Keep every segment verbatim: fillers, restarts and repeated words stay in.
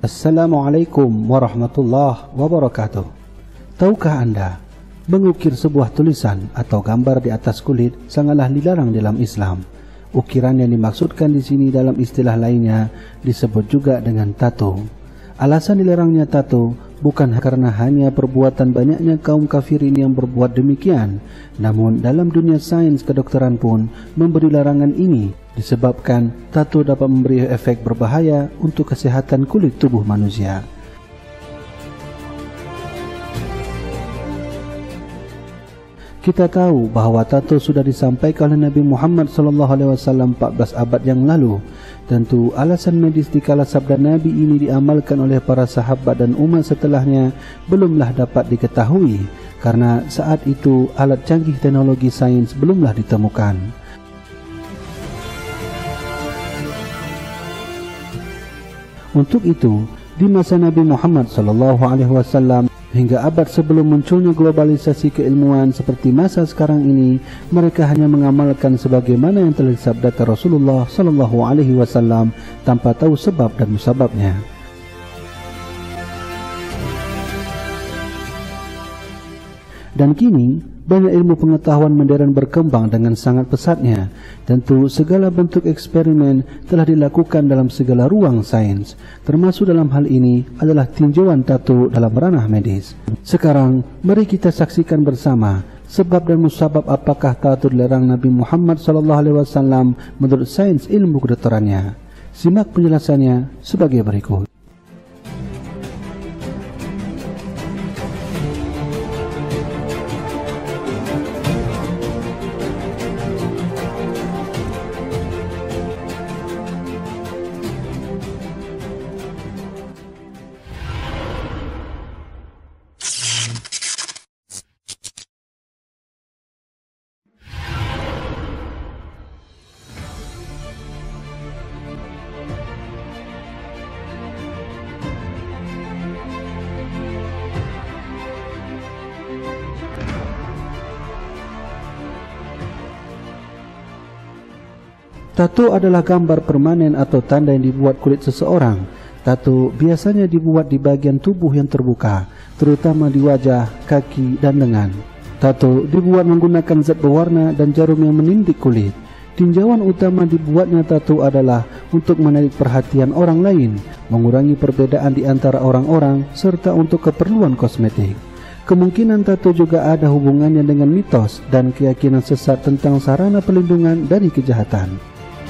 Assalamualaikum warahmatullahi wabarakatuh. Tahukah Anda, mengukir sebuah tulisan atau gambar di atas kulit sangatlah dilarang dalam Islam. Ukiran yang dimaksudkan di sini dalam istilah lainnya disebut juga dengan tato. Alasan dilarangnya tato bukan karena hanya perbuatan banyaknya kaum kafirin yang berbuat demikian, namun dalam dunia sains kedokteran pun memberi larangan ini disebabkan tato dapat memberi efek berbahaya untuk kesehatan kulit tubuh manusia. Kita tahu bahawa tato sudah disampaikan oleh Nabi Muhammad sallallahu alaihi wasallam empat belas abad yang lalu. Tentu alasan medis di kala sabda Nabi ini diamalkan oleh para sahabat dan umat setelahnya belumlah dapat diketahui, karena saat itu alat canggih teknologi sains belumlah ditemukan. Untuk itu, di masa Nabi Muhammad sallallahu alaihi wasallam hingga abad sebelum munculnya globalisasi keilmuan seperti masa sekarang ini, mereka hanya mengamalkan sebagaimana yang telah disabdakan Rasulullah sallallahu alaihi wasallam tanpa tahu sebab dan musababnya. Dan kini banyak ilmu pengetahuan modern berkembang dengan sangat pesatnya. Tentu segala bentuk eksperimen telah dilakukan dalam segala ruang sains, termasuk dalam hal ini adalah tinjauan tato dalam ranah medis. Sekarang mari kita saksikan bersama sebab dan musabab apakah tato dilarang Nabi Muhammad sallallahu alaihi wasallam menurut sains ilmu kedokterannya. Simak penjelasannya sebagai berikut. Tato adalah gambar permanen atau tanda yang dibuat kulit seseorang. Tato biasanya dibuat di bagian tubuh yang terbuka, terutama di wajah, kaki, dan lengan. Tato dibuat menggunakan zat berwarna dan jarum yang menindik kulit. Tinjauan utama dibuatnya tato adalah untuk menarik perhatian orang lain, mengurangi perbedaan di antara orang-orang, serta untuk keperluan kosmetik. Kemungkinan tato juga ada hubungannya dengan mitos dan keyakinan sesat tentang sarana perlindungan dari kejahatan.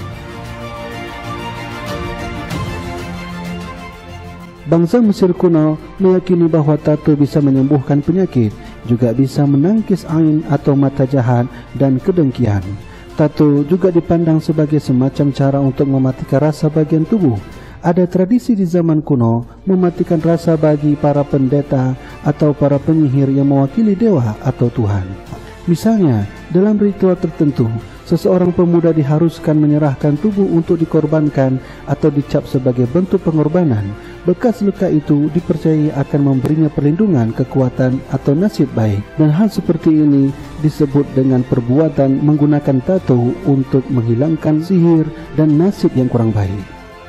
Bangsa Mesir kuno meyakini bahawa tato bisa menyembuhkan penyakit, juga bisa menangkis ain atau mata jahat dan kedengkian. Tato juga dipandang sebagai semacam cara untuk mematikan rasa bagian tubuh. Ada tradisi di zaman kuno mematikan rasa bagi para pendeta atau para penyihir yang mewakili dewa atau Tuhan. Misalnya, dalam ritual tertentu, seseorang pemuda diharuskan menyerahkan tubuh untuk dikorbankan atau dicap sebagai bentuk pengorbanan. Bekas luka itu dipercayai akan memberinya perlindungan, kekuatan atau nasib baik. Dan hal seperti ini disebut dengan perbuatan menggunakan tato untuk menghilangkan sihir dan nasib yang kurang baik.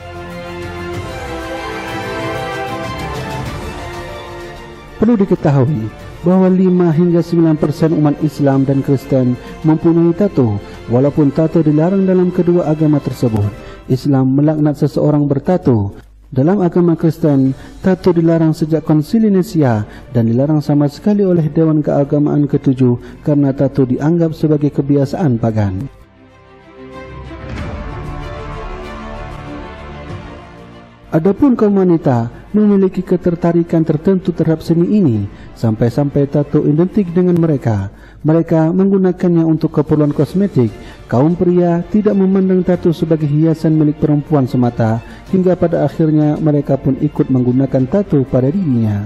Perlu diketahui bahwa lima hingga sembilan persen umat Islam dan Kristen mempunyai tato. Walaupun tato dilarang dalam kedua agama tersebut, Islam melaknat seseorang bertato. Dalam agama Kristen, tato dilarang sejak Konsili Nisia dan dilarang sama sekali oleh Dewan Keagamaan ketujuh karena tato dianggap sebagai kebiasaan pagan. Adapun kaum wanita memiliki ketertarikan tertentu terhadap seni ini, sampai-sampai tato identik dengan mereka. Mereka menggunakannya untuk keperluan kosmetik. Kaum pria tidak memandang tato sebagai hiasan milik perempuan semata, hingga pada akhirnya mereka pun ikut menggunakan tato pada dirinya.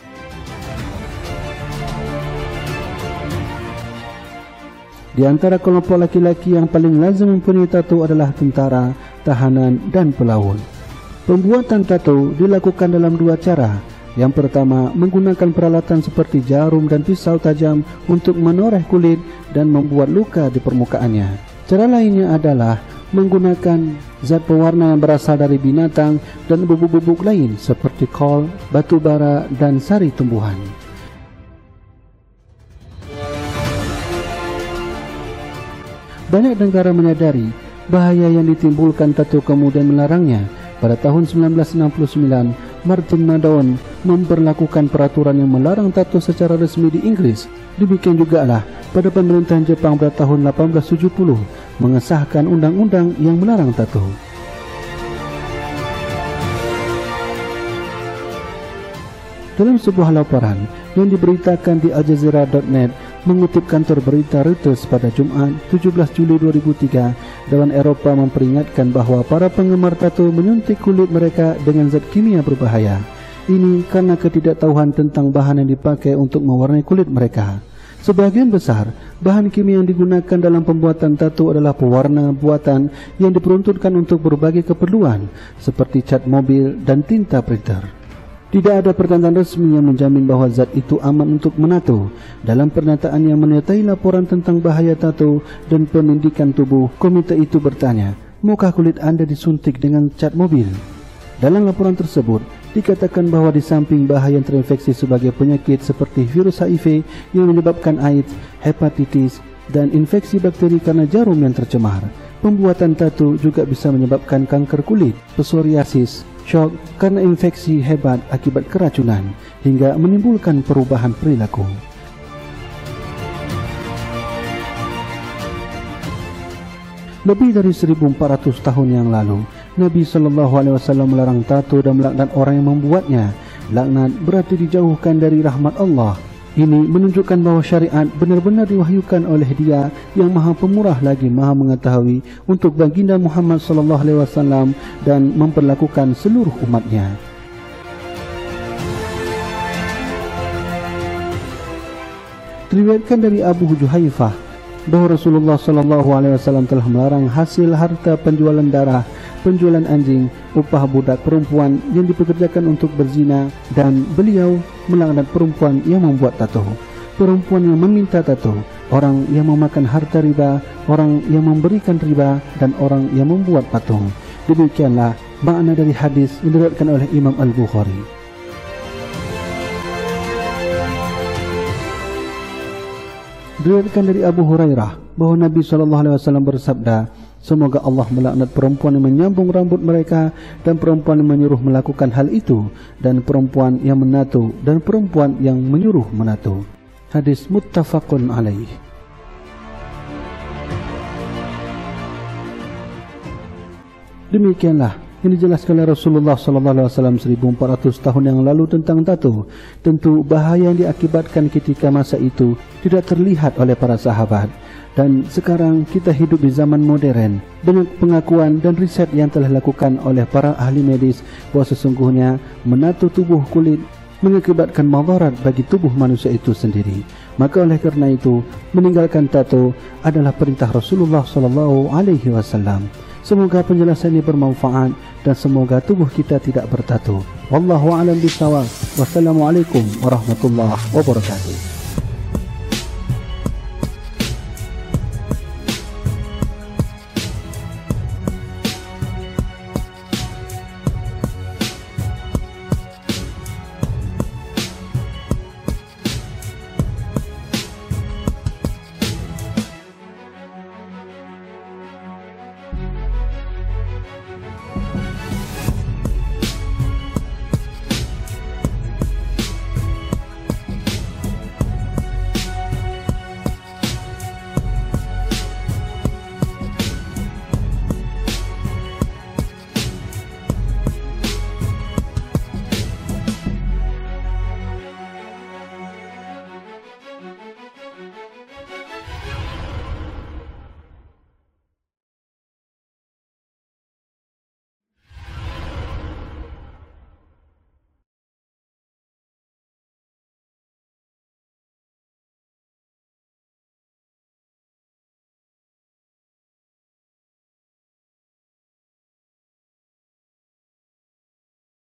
Di antara kelompok laki-laki yang paling lazim mempunyai tato adalah tentara, tahanan, dan pelaut. Pembuatan tato dilakukan dalam dua cara. Yang pertama, menggunakan peralatan seperti jarum dan pisau tajam untuk menoreh kulit dan membuat luka di permukaannya. Cara lainnya adalah menggunakan zat pewarna yang berasal dari binatang dan bubuk-bubuk lain seperti kol, batu bara dan sari tumbuhan. Banyak negara menyadari bahaya yang ditimbulkan tato kemudian melarangnya. Pada tahun sembilan belas enam puluh sembilan, Martin Madon memperlakukan peraturan yang melarang tato secara resmi di Inggris. Demikian jugalah pada pemerintahan Jepang pada tahun delapan belas tujuh puluh mengesahkan undang-undang yang melarang tato. Dalam sebuah laporan yang diberitakan di Al Jazeera dot net mengutip kantor berita Reuters pada Jumat tujuh belas Juli dua ribu tiga, Dewan Eropah memperingatkan bahawa para penggemar tato menyuntik kulit mereka dengan zat kimia berbahaya. Ini karena ketidaktahuan tentang bahan yang dipakai untuk mewarnai kulit mereka. Sebahagian besar bahan kimia yang digunakan dalam pembuatan tato adalah pewarna buatan yang diperuntukkan untuk berbagai keperluan seperti cat mobil dan tinta printer. Tidak ada pernyataan resmi yang menjamin bahawa zat itu aman untuk menato. Dalam pernyataan yang menyertai laporan tentang bahaya tato dan penindikan tubuh, komite itu bertanya, maukah kulit anda disuntik dengan cat mobil? Dalam laporan tersebut, dikatakan bahawa di samping bahaya yang terinfeksi sebagai penyakit seperti virus H I V yang menyebabkan AIDS, hepatitis, dan infeksi bakteri karena jarum yang tercemar, pembuatan tato juga bisa menyebabkan kanker kulit, psoriasis, shock karena infeksi hebat akibat keracunan, hingga menimbulkan perubahan perilaku. Lebih dari seribu empat ratus tahun yang lalu, Nabi sallallahu alaihi wasallam melarang tato dan melaknat orang yang membuatnya. Laknat berarti dijauhkan dari rahmat Allah. Ini menunjukkan bahawa syariat benar-benar diwahyukan oleh Dia yang Maha Pemurah lagi Maha Mengetahui untuk baginda Muhammad sallallahu alaihi wasallam dan memperlakukan seluruh umatnya. Diriwayatkan dari Abu Juhaifah bahawa Rasulullah sallallahu alaihi wasallam telah melarang hasil harta penjualan darah, penjualan anjing, upah budak perempuan yang dipekerjakan untuk berzina, dan beliau melaknat perempuan yang membuat tato, perempuan yang meminta tato, orang yang memakan harta riba, orang yang memberikan riba, dan orang yang membuat patung. Demikianlah makna dari hadis yang diriwayatkan oleh Imam Al-Bukhari. Diriwayatkan dari Abu Hurairah bahawa Nabi sallallahu alaihi wasallam bersabda, semoga Allah melaknat perempuan yang menyambung rambut mereka dan perempuan yang menyuruh melakukan hal itu, dan perempuan yang menato dan perempuan yang menyuruh menato. Hadis muttafaqun alaih. Demikianlah yang dijelaskan oleh Rasulullah sallallahu alaihi wasallam seribu empat ratus tahun yang lalu tentang tato. Tentu bahaya yang diakibatkan ketika masa itu tidak terlihat oleh para sahabat. Dan sekarang kita hidup di zaman modern. Banyak pengakuan dan riset yang telah dilakukan oleh para ahli medis bahawa sesungguhnya menato tubuh kulit mengakibatkan madarat bagi tubuh manusia itu sendiri. Maka oleh kerana itu, meninggalkan tato adalah perintah Rasulullah sallallahu alaihi wasallam. Semoga penjelasan ini bermanfaat dan semoga tubuh kita tidak bertato. Wallahu a'lam bishawab. Wassalamualaikum warahmatullahi wabarakatuh.